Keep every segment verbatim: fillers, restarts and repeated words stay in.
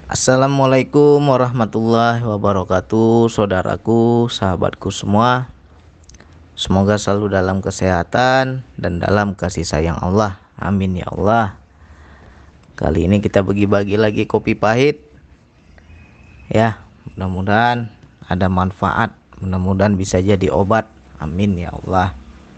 Assalamualaikum warahmatullahi wabarakatuh, saudaraku, sahabatku semua. Semoga selalu dalam kesehatan dan dalam kasih sayang Allah. Amin ya Allah. Kali ini kita bagi-bagi lagi kopi pahit. Ya, mudah-mudahan ada manfaat, mudah-mudahan bisa jadi obat. Amin ya Allah.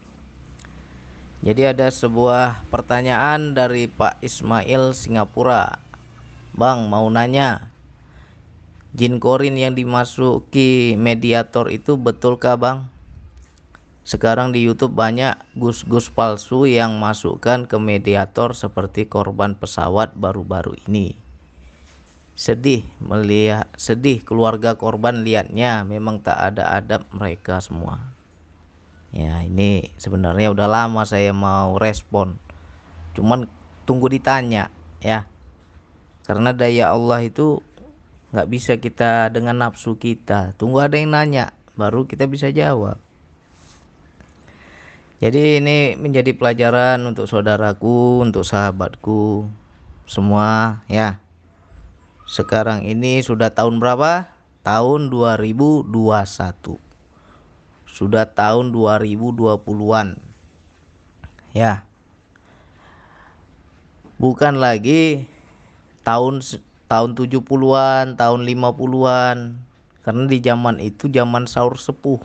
Jadi ada sebuah pertanyaan dari Pak Ismail Singapura. Bang, mau nanya, jin korin yang dimasuki mediator itu betulkah bang? Sekarang di YouTube banyak gus-gus palsu yang masukkan ke mediator seperti korban pesawat baru-baru ini. Sedih melihat, sedih keluarga korban lihatnya, memang tak ada adab mereka semua. Ya, ini sebenarnya udah lama saya mau respon, cuman tunggu ditanya ya. Karena daya Allah itu nggak bisa kita dengan nafsu kita. Tunggu ada yang nanya, baru kita bisa jawab. Jadi ini menjadi pelajaran untuk saudaraku, untuk sahabatku semua ya. Sekarang ini sudah tahun berapa? Tahun dua ribu dua puluh satu. Sudah tahun dua ribu dua puluhan. Ya. Bukan lagi tahun tahun tujuh puluhan, tahun lima puluhan. Karena di zaman itu zaman sahur sepuh.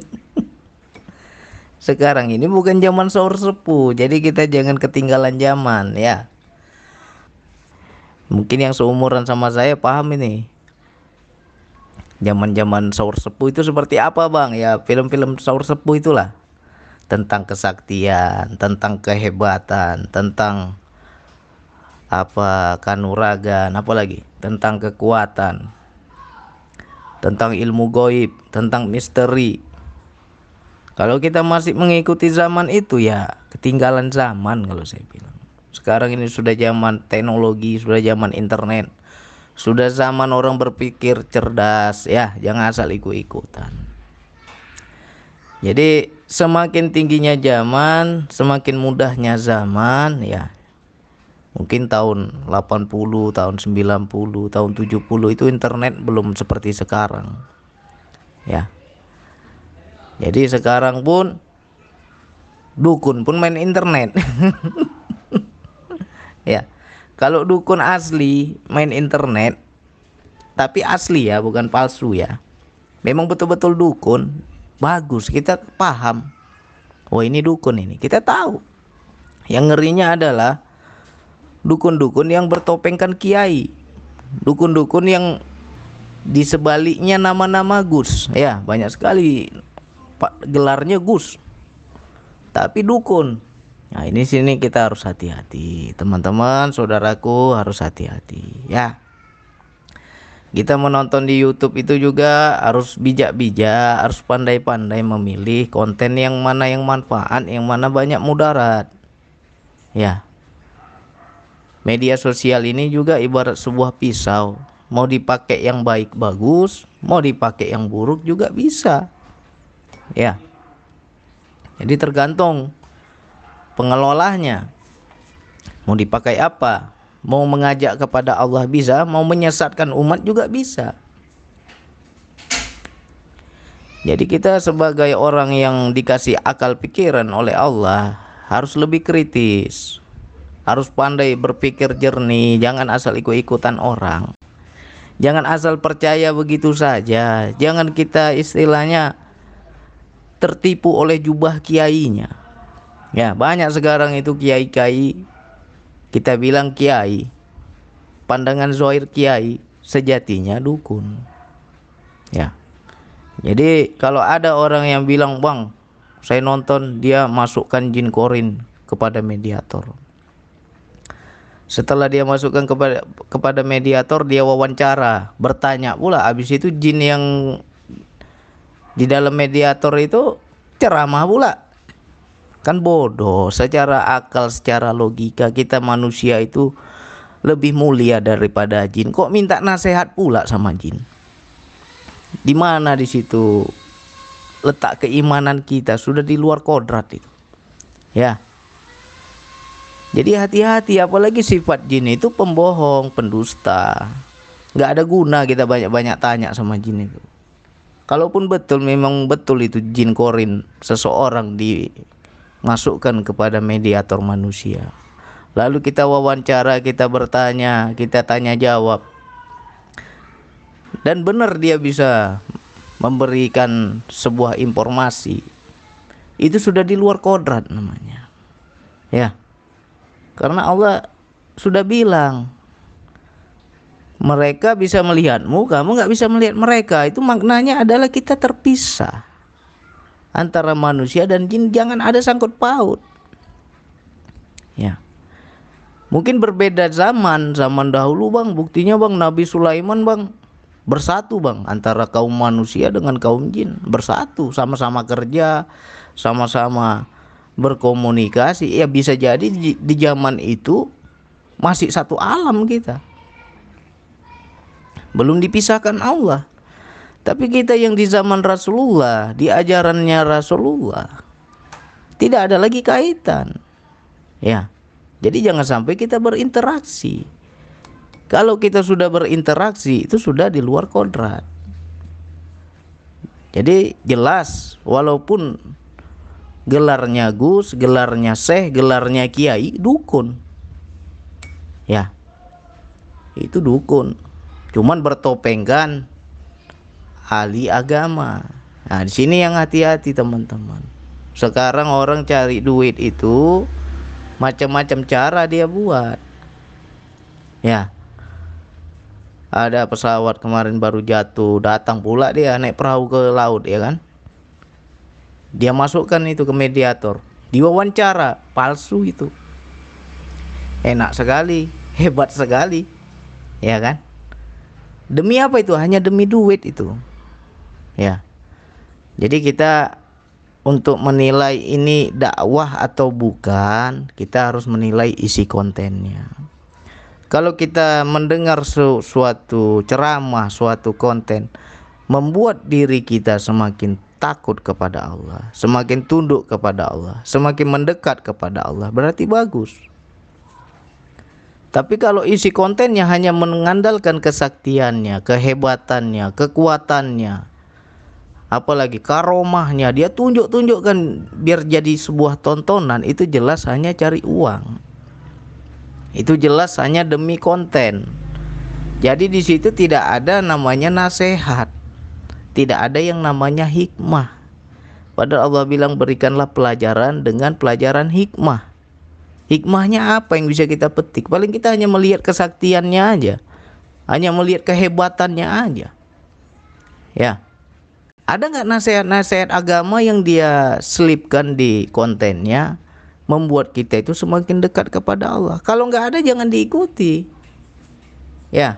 Sekarang ini bukan zaman sahur sepuh. Jadi kita jangan ketinggalan zaman ya. Mungkin yang seumuran sama saya paham ini. Zaman-zaman sahur sepuh itu seperti apa bang? Ya film-film sahur sepuh itulah. Tentang kesaktian, tentang kehebatan, tentang apa kanuragan, apa lagi? Tentang kekuatan, tentang ilmu goib, tentang misteri. Kalau kita masih mengikuti zaman itu ya ketinggalan zaman kalau saya bilang. Sekarang ini sudah zaman teknologi, sudah zaman internet, sudah zaman orang berpikir cerdas ya, jangan asal ikut-ikutan. Jadi semakin tingginya zaman, semakin mudahnya zaman ya. Mungkin tahun delapan puluh, tahun sembilan puluh, tahun tujuh puluh itu internet belum seperti sekarang. Ya. Jadi sekarang pun dukun pun main internet. Ya. Kalau dukun asli main internet, tapi asli ya, bukan palsu ya. Memang betul-betul dukun, bagus, kita paham. Oh, ini dukun ini. Kita tahu. Yang ngerinya adalah dukun-dukun yang bertopengkan kiai, dukun-dukun yang di sebaliknya nama-nama Gus ya, banyak sekali pak gelarnya Gus tapi dukun. Nah ini sini kita harus hati-hati teman-teman, saudaraku, harus hati-hati ya. Kita menonton di YouTube itu juga harus bijak-bijak, harus pandai-pandai memilih konten yang mana yang manfaat, yang mana banyak mudarat ya. Media sosial ini juga ibarat sebuah pisau, mau dipakai yang baik bagus, mau dipakai yang buruk juga bisa. Ya. Jadi tergantung pengelolanya. Mau dipakai apa? Mau mengajak kepada Allah bisa, mau menyesatkan umat juga bisa. Jadi kita sebagai orang yang dikasih akal pikiran oleh Allah harus lebih kritis. Harus pandai berpikir jernih, jangan asal ikut-ikutan orang. Jangan asal percaya begitu saja. Jangan kita istilahnya tertipu oleh jubah kiainya. Ya, banyak sekarang itu kiai-kiai, kita bilang kiai, pandangan zahir kiai, sejatinya dukun. Ya. Jadi kalau ada orang yang bilang, "Bang, saya nonton dia masukkan jin korin kepada mediator." Setelah dia masukkan kepada kepada mediator, dia wawancara, bertanya pula. Habis itu jin yang di dalam mediator itu ceramah pula. Kan bodoh. Secara akal, secara logika, kita manusia itu lebih mulia daripada jin. Kok minta nasihat pula sama jin? Di mana di situ letak keimanan kita? Sudah di luar kodrat itu. Ya. Jadi hati-hati, apalagi sifat jin itu pembohong, pendusta. Nggak ada guna kita banyak-banyak tanya sama jin itu. Kalaupun betul, memang betul itu jin korin, seseorang dimasukkan kepada mediator manusia. Lalu kita wawancara, kita bertanya, kita tanya jawab. Dan benar dia bisa memberikan sebuah informasi. Itu sudah di luar kodrat namanya. Ya. Karena Allah sudah bilang, mereka bisa melihatmu, kamu nggak bisa melihat mereka. Itu maknanya adalah kita terpisah antara manusia dan jin, jangan ada sangkut paut. Ya, mungkin berbeda zaman, zaman dahulu bang, buktinya bang Nabi Sulaiman bang bersatu bang antara kaum manusia dengan kaum jin, bersatu, sama-sama kerja, sama-sama berkomunikasi. Ya bisa jadi di, di zaman itu masih satu alam kita. Belum dipisahkan Allah. Tapi kita yang di zaman Rasulullah, di ajarannya Rasulullah, tidak ada lagi kaitan. Ya. Jadi jangan sampai kita berinteraksi. Kalau kita sudah berinteraksi, itu sudah di luar kodrat. Jadi jelas, walaupun gelarnya Gus, gelarnya Syekh, gelarnya Kiai, dukun. Ya. Itu dukun. Cuman bertopengkan ahli agama. Nah, di sini yang hati-hati teman-teman. Sekarang orang cari duit itu macam-macam cara dia buat. Ya. Ada pesawat kemarin baru jatuh, datang pula dia naik perahu ke laut, ya kan? Dia masukkan itu ke mediator, diwawancara, palsu itu. Enak sekali, hebat sekali. Ya kan? Demi apa itu? Hanya demi duit itu. Ya. Jadi kita untuk menilai ini dakwah atau bukan, kita harus menilai isi kontennya. Kalau kita mendengar su suatu ceramah, suatu konten membuat diri kita semakin takut kepada Allah, semakin tunduk kepada Allah, semakin mendekat kepada Allah, berarti bagus. Tapi kalau isi kontennya hanya mengandalkan kesaktiannya, kehebatannya, kekuatannya, apalagi karomahnya, dia tunjuk-tunjukkan biar jadi sebuah tontonan, itu jelas hanya cari uang. Itu jelas hanya demi konten. Jadi di situ tidak ada namanya nasihat, tidak ada yang namanya hikmah. Padahal Allah bilang berikanlah pelajaran dengan pelajaran hikmah. Hikmahnya apa yang bisa kita petik? Paling kita hanya melihat kesaktiannya aja, hanya melihat kehebatannya aja. Ya, ada nggak nasihat-nasihat agama yang dia selipkan di kontennya membuat kita itu semakin dekat kepada Allah? Kalau nggak ada, jangan diikuti. Ya,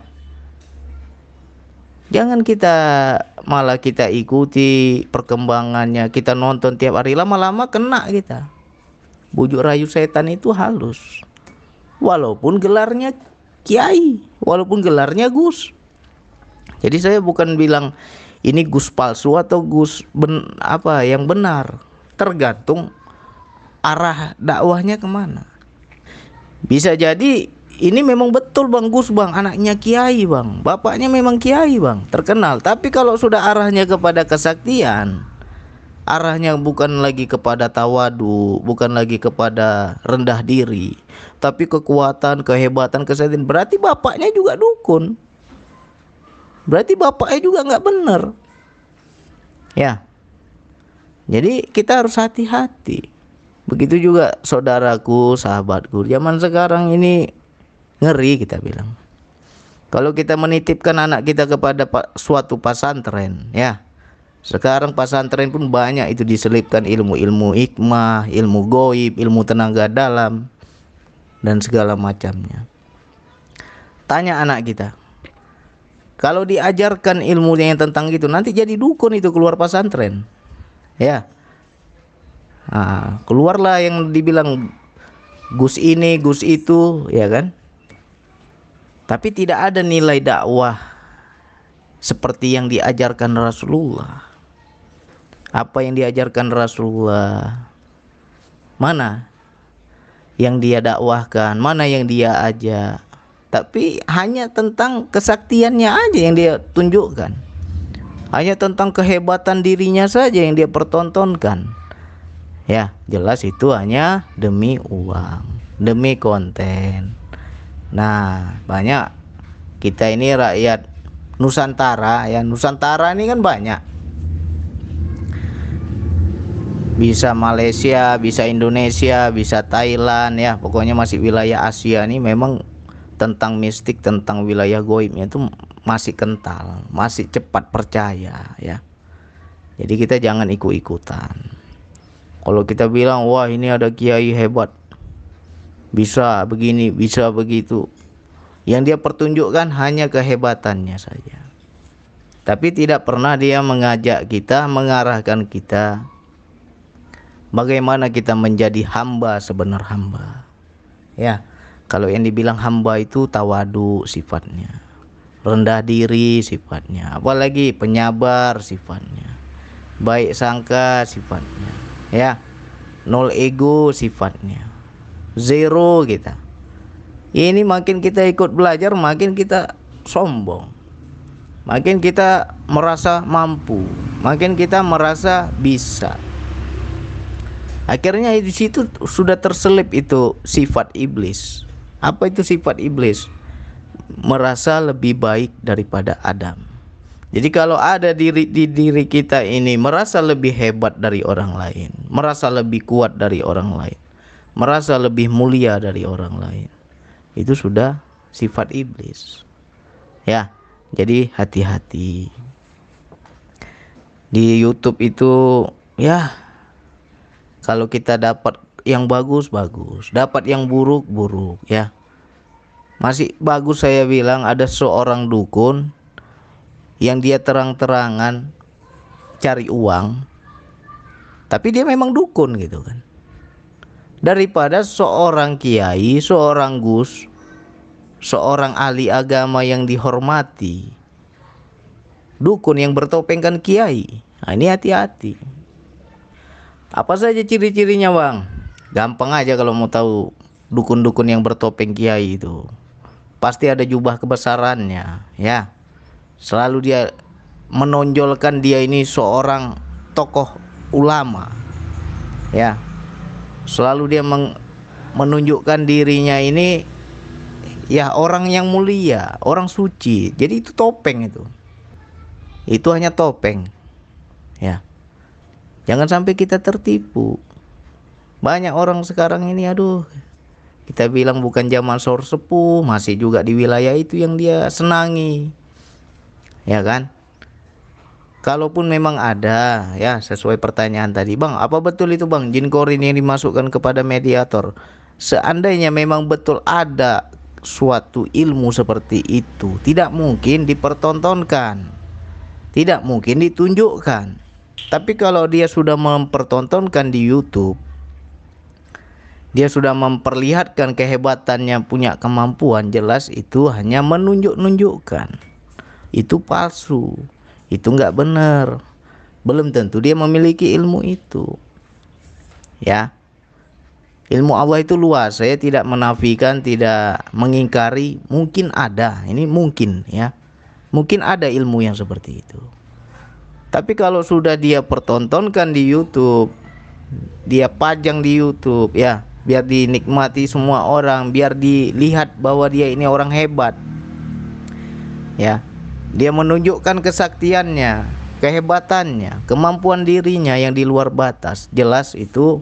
jangan kita malah kita ikuti perkembangannya, kita nonton tiap hari, lama-lama kena kita. Bujuk rayu setan itu halus. Walaupun gelarnya kiai, walaupun gelarnya Gus. Jadi saya bukan bilang ini Gus palsu atau Gus ben, apa yang benar. Tergantung arah dakwahnya kemana. Bisa jadi ini memang betul bang Gus bang, anaknya kiai bang, bapaknya memang kiai bang, terkenal. Tapi kalau sudah arahnya kepada kesaktian, arahnya bukan lagi kepada tawadu, bukan lagi kepada rendah diri, tapi kekuatan, kehebatan, kesaktian, berarti bapaknya juga dukun. Berarti bapaknya juga nggak benar. Ya. Jadi kita harus hati-hati. Begitu juga saudaraku, sahabatku. Zaman sekarang ini ngeri kita bilang. Kalau kita menitipkan anak kita kepada suatu pesantren, ya. Sekarang pesantren pun banyak itu diselipkan ilmu-ilmu hikmah, ilmu goib, ilmu tenaga dalam, dan segala macamnya. Tanya anak kita, kalau diajarkan ilmunya yang tentang itu, nanti jadi dukun itu keluar pesantren. Ya, nah, keluarlah yang dibilang Gus ini, Gus itu, ya kan? Tapi tidak ada nilai dakwah seperti yang diajarkan Rasulullah. Apa yang diajarkan Rasulullah? Mana yang dia dakwahkan? Mana yang dia ajak? tapi hanya tentang kesaktiannya aja yang dia tunjukkan, hanya tentang kehebatan dirinya saja yang dia pertontonkan. Ya, jelas itu hanya demi uang, demi konten. Nah, banyak kita ini rakyat Nusantara ya, Nusantara ini kan banyak, bisa Malaysia, bisa Indonesia, bisa Thailand ya, pokoknya masih wilayah Asia nih memang tentang mistik, tentang wilayah goibnya itu masih kental, masih cepat percaya ya. Jadi kita jangan ikut-ikutan. Kalau kita bilang wah ini ada kiai hebat, bisa begini, bisa begitu, yang dia pertunjukkan hanya kehebatannya saja, tapi tidak pernah dia mengajak kita, mengarahkan kita bagaimana kita menjadi hamba sebenar hamba. Ya, kalau yang dibilang hamba itu tawadu sifatnya, rendah diri sifatnya, apalagi penyabar sifatnya, baik sangka sifatnya, ya, nol ego sifatnya, zero kita. Ini makin kita ikut belajar, makin kita sombong, makin kita merasa mampu, makin kita merasa bisa. Akhirnya di situ sudah terselip itu sifat iblis. Apa itu sifat iblis? Merasa lebih baik daripada Adam. Jadi kalau ada diri di diri kita ini merasa lebih hebat dari orang lain, merasa lebih kuat dari orang lain, merasa lebih mulia dari orang lain, itu sudah sifat iblis. Ya, jadi hati-hati. Di YouTube itu ya, kalau kita dapat yang bagus bagus, dapat yang buruk buruk ya. Masih bagus saya bilang ada seorang dukun yang dia terang-terangan cari uang, tapi dia memang dukun gitu kan, daripada seorang kiai, seorang gus, seorang ahli agama yang dihormati, dukun yang bertopengkan kiai. Nah, ini hati-hati. Apa saja ciri-cirinya bang? Gampang aja kalau mau tahu dukun-dukun yang bertopeng kiai itu. Pasti ada jubah kebesarannya ya. Selalu dia menonjolkan dia ini seorang tokoh ulama ya. Selalu dia meng, menunjukkan dirinya ini ya orang yang mulia, orang suci. Jadi itu topeng itu. Itu hanya topeng ya. Jangan sampai kita tertipu. Banyak orang sekarang ini aduh, kita bilang bukan zaman saur sepuh, masih juga di wilayah itu yang dia senangi. Ya kan? Kalaupun memang ada ya, sesuai pertanyaan tadi, Bang, apa betul itu Bang jin korin yang dimasukkan kepada mediator? Seandainya memang betul ada suatu ilmu seperti itu, tidak mungkin dipertontonkan, tidak mungkin ditunjukkan. Tapi kalau dia sudah mempertontonkan di YouTube, dia sudah memperlihatkan kehebatannya, punya kemampuan, jelas itu hanya menunjuk-nunjukkan. Itu palsu, itu nggak benar. Belum tentu dia memiliki ilmu itu. Ya, ilmu Allah itu luas. Saya tidak menafikan, tidak mengingkari. Mungkin ada, ini mungkin ya. Mungkin ada ilmu yang seperti itu. Tapi kalau sudah dia pertontonkan di YouTube, dia pajang di YouTube ya, biar dinikmati semua orang, biar dilihat bahwa dia ini orang hebat. Ya. Dia menunjukkan kesaktiannya, kehebatannya, kemampuan dirinya yang di luar batas. Jelas itu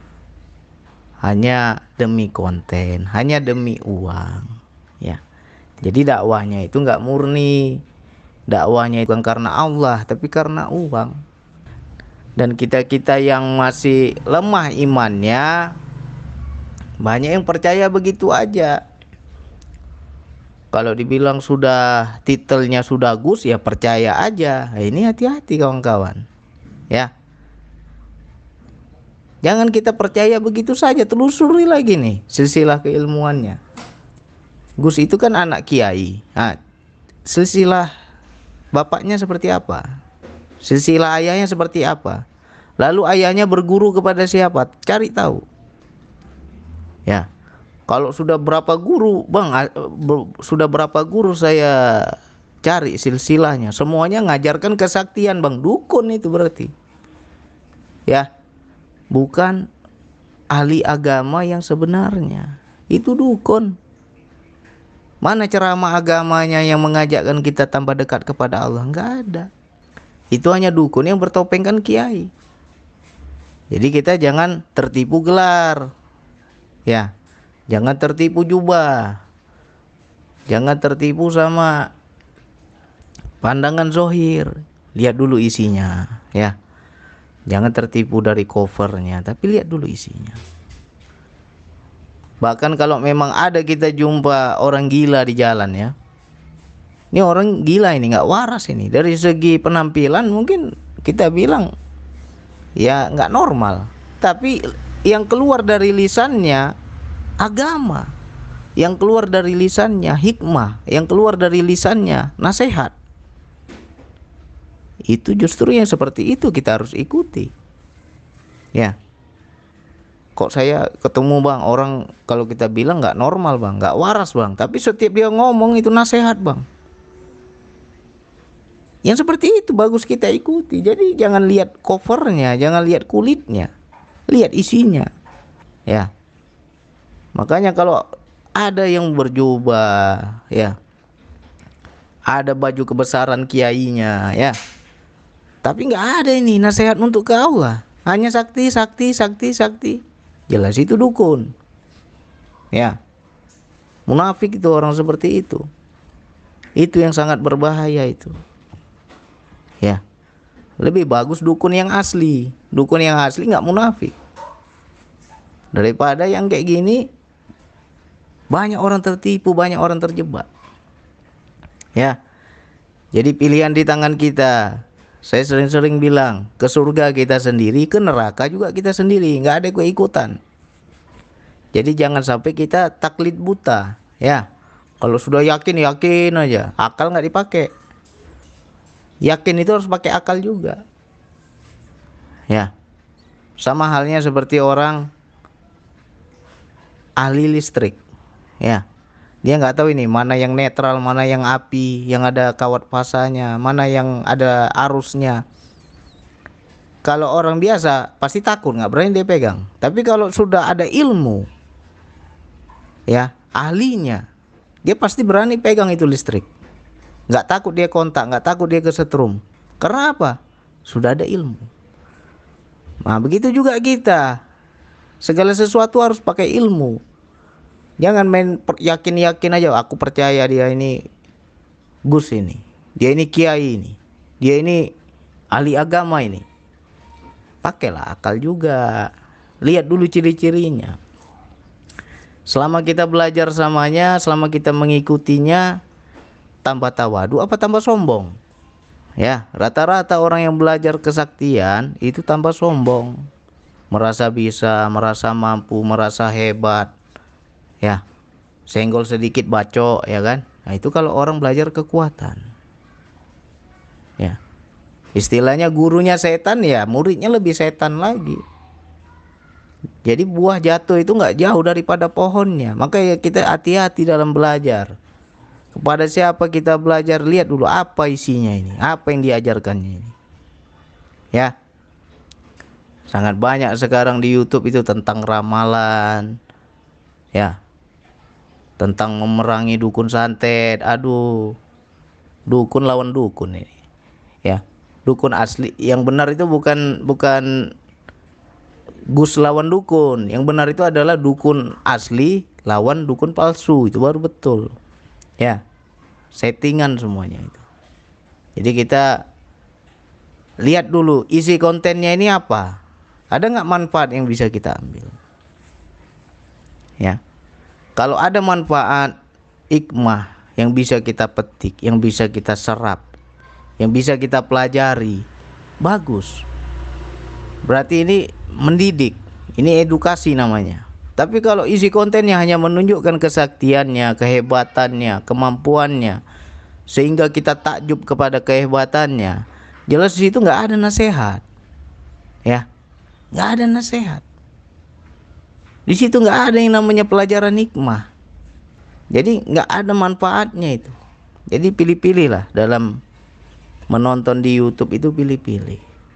hanya demi konten, hanya demi uang ya. Jadi dakwahnya itu nggak murni. Dakwahnya bukan karena Allah, tapi karena uang. Dan kita-kita yang masih lemah imannya, banyak yang percaya begitu aja. Kalau dibilang sudah titelnya sudah Gus, ya percaya aja. Nah, ini hati-hati kawan-kawan ya. Jangan kita percaya begitu saja, telusuri lagi nih silsilah keilmuannya. Gus itu kan anak kiai. Nah, silsilah bapaknya seperti apa? Silsilah ayahnya seperti apa? Lalu ayahnya berguru kepada siapa? Cari tahu. Ya. Kalau sudah berapa guru, Bang, a- ber- sudah berapa guru saya cari silsilahnya, semuanya ngajarkan kesaktian, Bang. Dukun itu berarti. Ya, bukan ahli agama yang sebenarnya. Itu dukun. Mana ceramah agamanya yang mengajakkan kita tambah dekat kepada Allah? Enggak ada. Itu hanya dukun yang bertopengkan kiai. Jadi kita jangan tertipu gelar. Ya, jangan tertipu jubah. Jangan tertipu sama pandangan zohir. Lihat dulu isinya, ya. Jangan tertipu dari covernya, tapi lihat dulu isinya. Bahkan kalau memang ada kita jumpa orang gila di jalan, ya, ini orang gila, ini nggak waras ini. Dari segi penampilan mungkin kita bilang ya nggak normal, tapi yang keluar dari lisannya agama, yang keluar dari lisannya hikmah, yang keluar dari lisannya nasihat. Itu justru yang seperti itu kita harus ikuti. Ya. Kok saya ketemu, Bang, orang kalau kita bilang nggak normal, Bang, nggak waras, Bang, tapi setiap dia ngomong itu nasihat, Bang. Yang seperti itu bagus kita ikuti. Jadi jangan lihat covernya, jangan lihat kulitnya, lihat isinya. Ya. Makanya kalau ada yang berjubah, ya, ada baju kebesaran kiainya, ya, tapi nggak ada ini nasihat untuk ke Allah, hanya sakti, sakti, sakti, sakti. Jelas itu dukun. Ya. Munafik itu orang seperti itu. Itu yang sangat berbahaya itu. Ya. Lebih bagus dukun yang asli. Dukun yang asli nggak munafik. Daripada yang kayak gini banyak orang tertipu, banyak orang terjebak. Ya. Jadi pilihan di tangan kita. Saya sering-sering bilang, ke surga kita sendiri, ke neraka juga kita sendiri, nggak ada keikutan. Jadi jangan sampai kita taklid buta, ya. Kalau sudah yakin, yakin aja, akal nggak dipakai. Yakin itu harus pakai akal juga, ya. Sama halnya seperti orang ahli listrik, ya. Dia nggak tahu ini mana yang netral, mana yang api, yang ada kawat pasanya, mana yang ada arusnya. Kalau orang biasa pasti takut, nggak berani dia pegang. Tapi kalau sudah ada ilmu, ya, ahlinya, dia pasti berani pegang itu listrik. Nggak takut dia kontak, nggak takut dia kesetrum. Karena apa? Sudah ada ilmu. Nah, begitu juga kita. Segala sesuatu harus pakai ilmu. Jangan main yakin-yakin aja, aku percaya dia ini Gus ini, dia ini kiai ini, dia ini ahli agama ini. Pakailah akal juga. Lihat dulu ciri-cirinya. Selama kita belajar samanya, selama kita mengikutinya, tambah tawadu apa tambah sombong? Ya, rata-rata orang yang belajar kesaktian itu tambah sombong. Merasa bisa, merasa mampu, merasa hebat. Ya, senggol sedikit bacok, ya kan? Nah, itu kalau orang belajar kekuatan. Ya. Istilahnya gurunya setan, ya muridnya lebih setan lagi. Jadi buah jatuh itu nggak jauh daripada pohonnya. Maka ya kita hati-hati dalam belajar. Kepada siapa kita belajar, lihat dulu apa isinya ini, apa yang diajarkannya ini. Ya. Sangat banyak sekarang di YouTube itu tentang ramalan. Ya. Tentang memerangi dukun santet. Aduh, dukun lawan dukun ini, ya. Dukun asli yang benar itu bukan bukan Gus lawan dukun. Yang benar itu adalah dukun asli lawan dukun palsu. Itu baru betul, ya. Settingan semuanya itu. Jadi kita lihat dulu isi kontennya ini apa. Ada nggak manfaat yang bisa kita ambil, ya. Kalau ada manfaat hikmah yang bisa kita petik, yang bisa kita serap, yang bisa kita pelajari, bagus. Berarti ini mendidik, ini edukasi namanya. Tapi kalau isi kontennya hanya menunjukkan kesaktiannya, kehebatannya, kemampuannya, sehingga kita takjub kepada kehebatannya, jelas di situ nggak ada nasihat, ya, nggak ada nasihat. Di situ nggak ada yang namanya pelajaran hikmah. Jadi nggak ada manfaatnya itu. Jadi pilih-pilih lah dalam menonton di YouTube itu, pilih-pilih.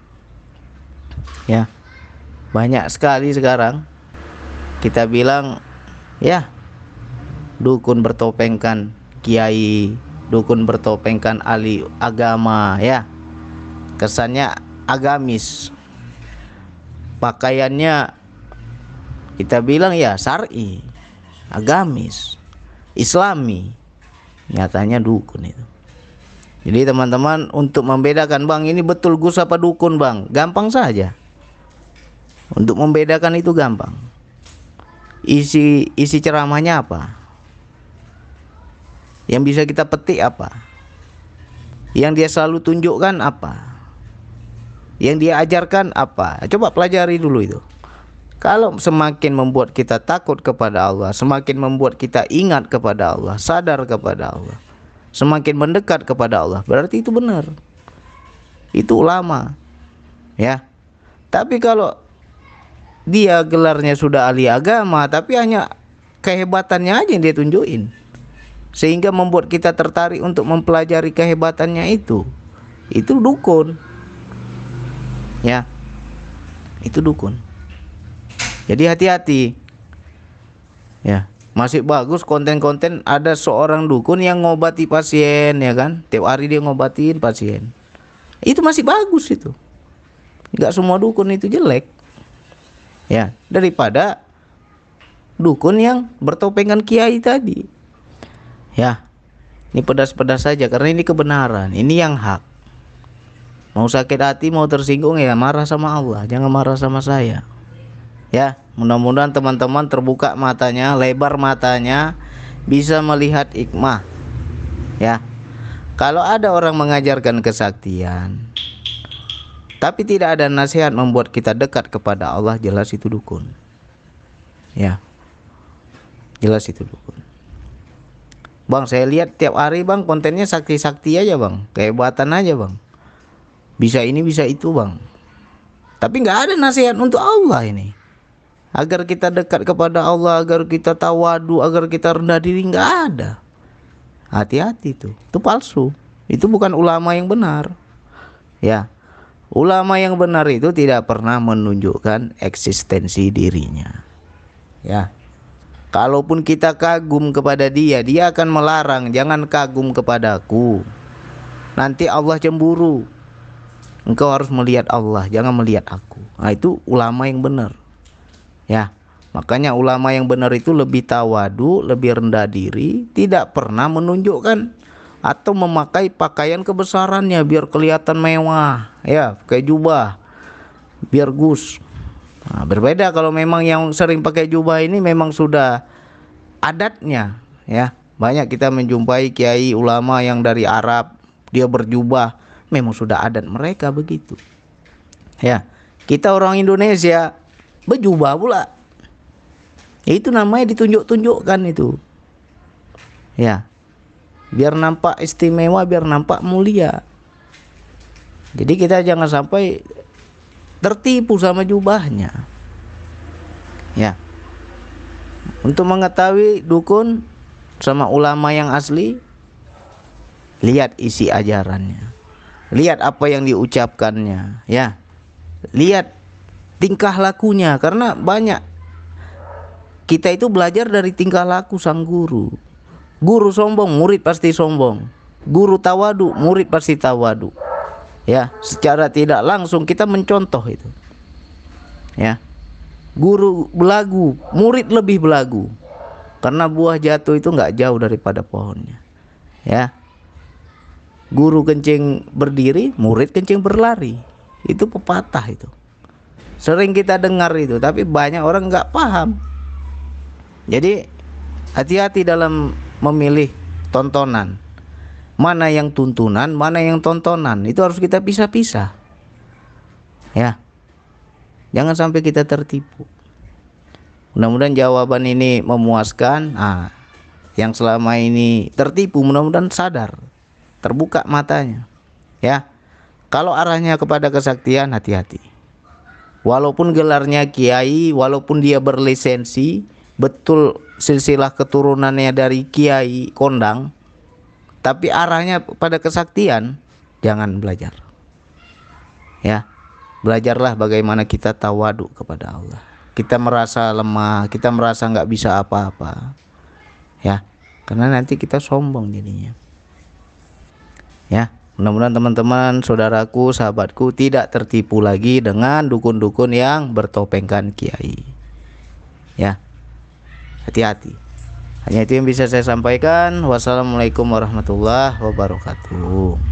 Ya, banyak sekali sekarang kita bilang ya dukun bertopengkan kiai, dukun bertopengkan ahli agama, ya kesannya agamis, pakaiannya kita bilang ya syar'i, agamis, islami, nyatanya dukun itu. Jadi teman-teman, untuk membedakan, bang ini betul Gus apa dukun bang, gampang saja. Untuk membedakan itu gampang. Isi isi ceramahnya apa? Yang bisa kita petik apa? Yang dia selalu tunjukkan apa? Yang dia ajarkan apa? Coba pelajari dulu itu. Kalau semakin membuat kita takut kepada Allah, semakin membuat kita ingat kepada Allah, sadar kepada Allah, semakin mendekat kepada Allah, berarti itu benar. Itu ulama. Ya. Tapi kalau dia gelarnya sudah ahli agama, tapi hanya kehebatannya aja yang dia tunjukin, sehingga membuat kita tertarik untuk mempelajari kehebatannya itu, itu dukun. Ya, itu dukun. Jadi hati-hati. Ya, masih bagus konten-konten ada seorang dukun yang ngobati pasien, ya kan? Tiap hari dia ngobatin pasien. Itu masih bagus itu. Enggak semua dukun itu jelek. Ya, daripada dukun yang bertopengan kiai tadi. Ya, ini pedas-pedas saja karena ini kebenaran, ini yang hak. Mau sakit hati, mau tersinggung, ya marah sama Allah, jangan marah sama saya. Ya, mudah-mudahan teman-teman terbuka matanya, lebar matanya, bisa melihat hikmah. Ya, kalau ada orang mengajarkan kesaktian, tapi tidak ada nasihat membuat kita dekat kepada Allah, jelas itu dukun. Ya, jelas itu dukun. Bang, saya lihat tiap hari bang kontennya sakti-sakti aja bang, kehebatan aja bang, bisa ini bisa itu bang, tapi nggak ada nasihat untuk Allah ini, agar kita dekat kepada Allah, agar kita tawadu, agar kita rendah diri, nggak ada. Hati-hati tuh, itu palsu, itu bukan ulama yang benar. Ya, ulama yang benar itu tidak pernah menunjukkan eksistensi dirinya. Ya, kalaupun kita kagum kepada dia, dia akan melarang, jangan kagum kepadaku, nanti Allah cemburu. Engkau harus melihat Allah, jangan melihat aku. Nah, itu ulama yang benar. Ya, makanya ulama yang benar itu lebih tawadu, lebih rendah diri, tidak pernah menunjukkan atau memakai pakaian kebesarannya biar kelihatan mewah, ya, kayak jubah, biar Gus. Nah, berbeda kalau memang yang sering pakai jubah ini memang sudah adatnya, ya. Banyak kita menjumpai kiai ulama yang dari Arab, dia berjubah, memang sudah adat mereka begitu. Ya, kita orang Indonesia berjubah pula, itu namanya ditunjuk-tunjukkan itu, ya, biar nampak istimewa, biar nampak mulia. Jadi kita jangan sampai tertipu sama jubahnya. Ya, untuk mengetahui dukun sama ulama yang asli, lihat isi ajarannya, lihat apa yang diucapkannya, ya, lihat tingkah lakunya, karena banyak kita itu belajar dari tingkah laku sang guru. Guru sombong, murid pasti sombong. Guru tawadu, murid pasti tawadu. Ya, secara tidak langsung kita mencontoh itu. Ya, guru belagu, murid lebih belagu, karena buah jatuh itu nggak jauh daripada pohonnya. Ya, guru kencing berdiri, murid kencing berlari, itu pepatah itu. Sering kita dengar itu, tapi banyak orang nggak paham. Jadi hati-hati dalam memilih tontonan. Mana yang tuntunan, mana yang tontonan, itu harus kita pisah-pisah. Ya, jangan sampai kita tertipu. Mudah-mudahan jawaban ini memuaskan. Nah, yang selama ini tertipu mudah-mudahan sadar, terbuka matanya. Ya, kalau arahnya kepada kesaktian, hati-hati. walaupun gelarnya kiai, walaupun dia berlisensi, betul silsilah keturunannya dari kiai kondang, tapi arahnya pada kesaktian, jangan belajar. Ya, belajarlah bagaimana kita tawadu kepada Allah. Kita merasa lemah, kita merasa nggak bisa apa-apa, ya, karena nanti kita sombong jadinya. Ya, mudah-mudahan teman-teman, saudaraku, sahabatku tidak tertipu lagi dengan dukun-dukun yang bertopengkan kiai. Ya, hati-hati. Hanya itu yang bisa saya sampaikan. Wassalamualaikum warahmatullahi wabarakatuh.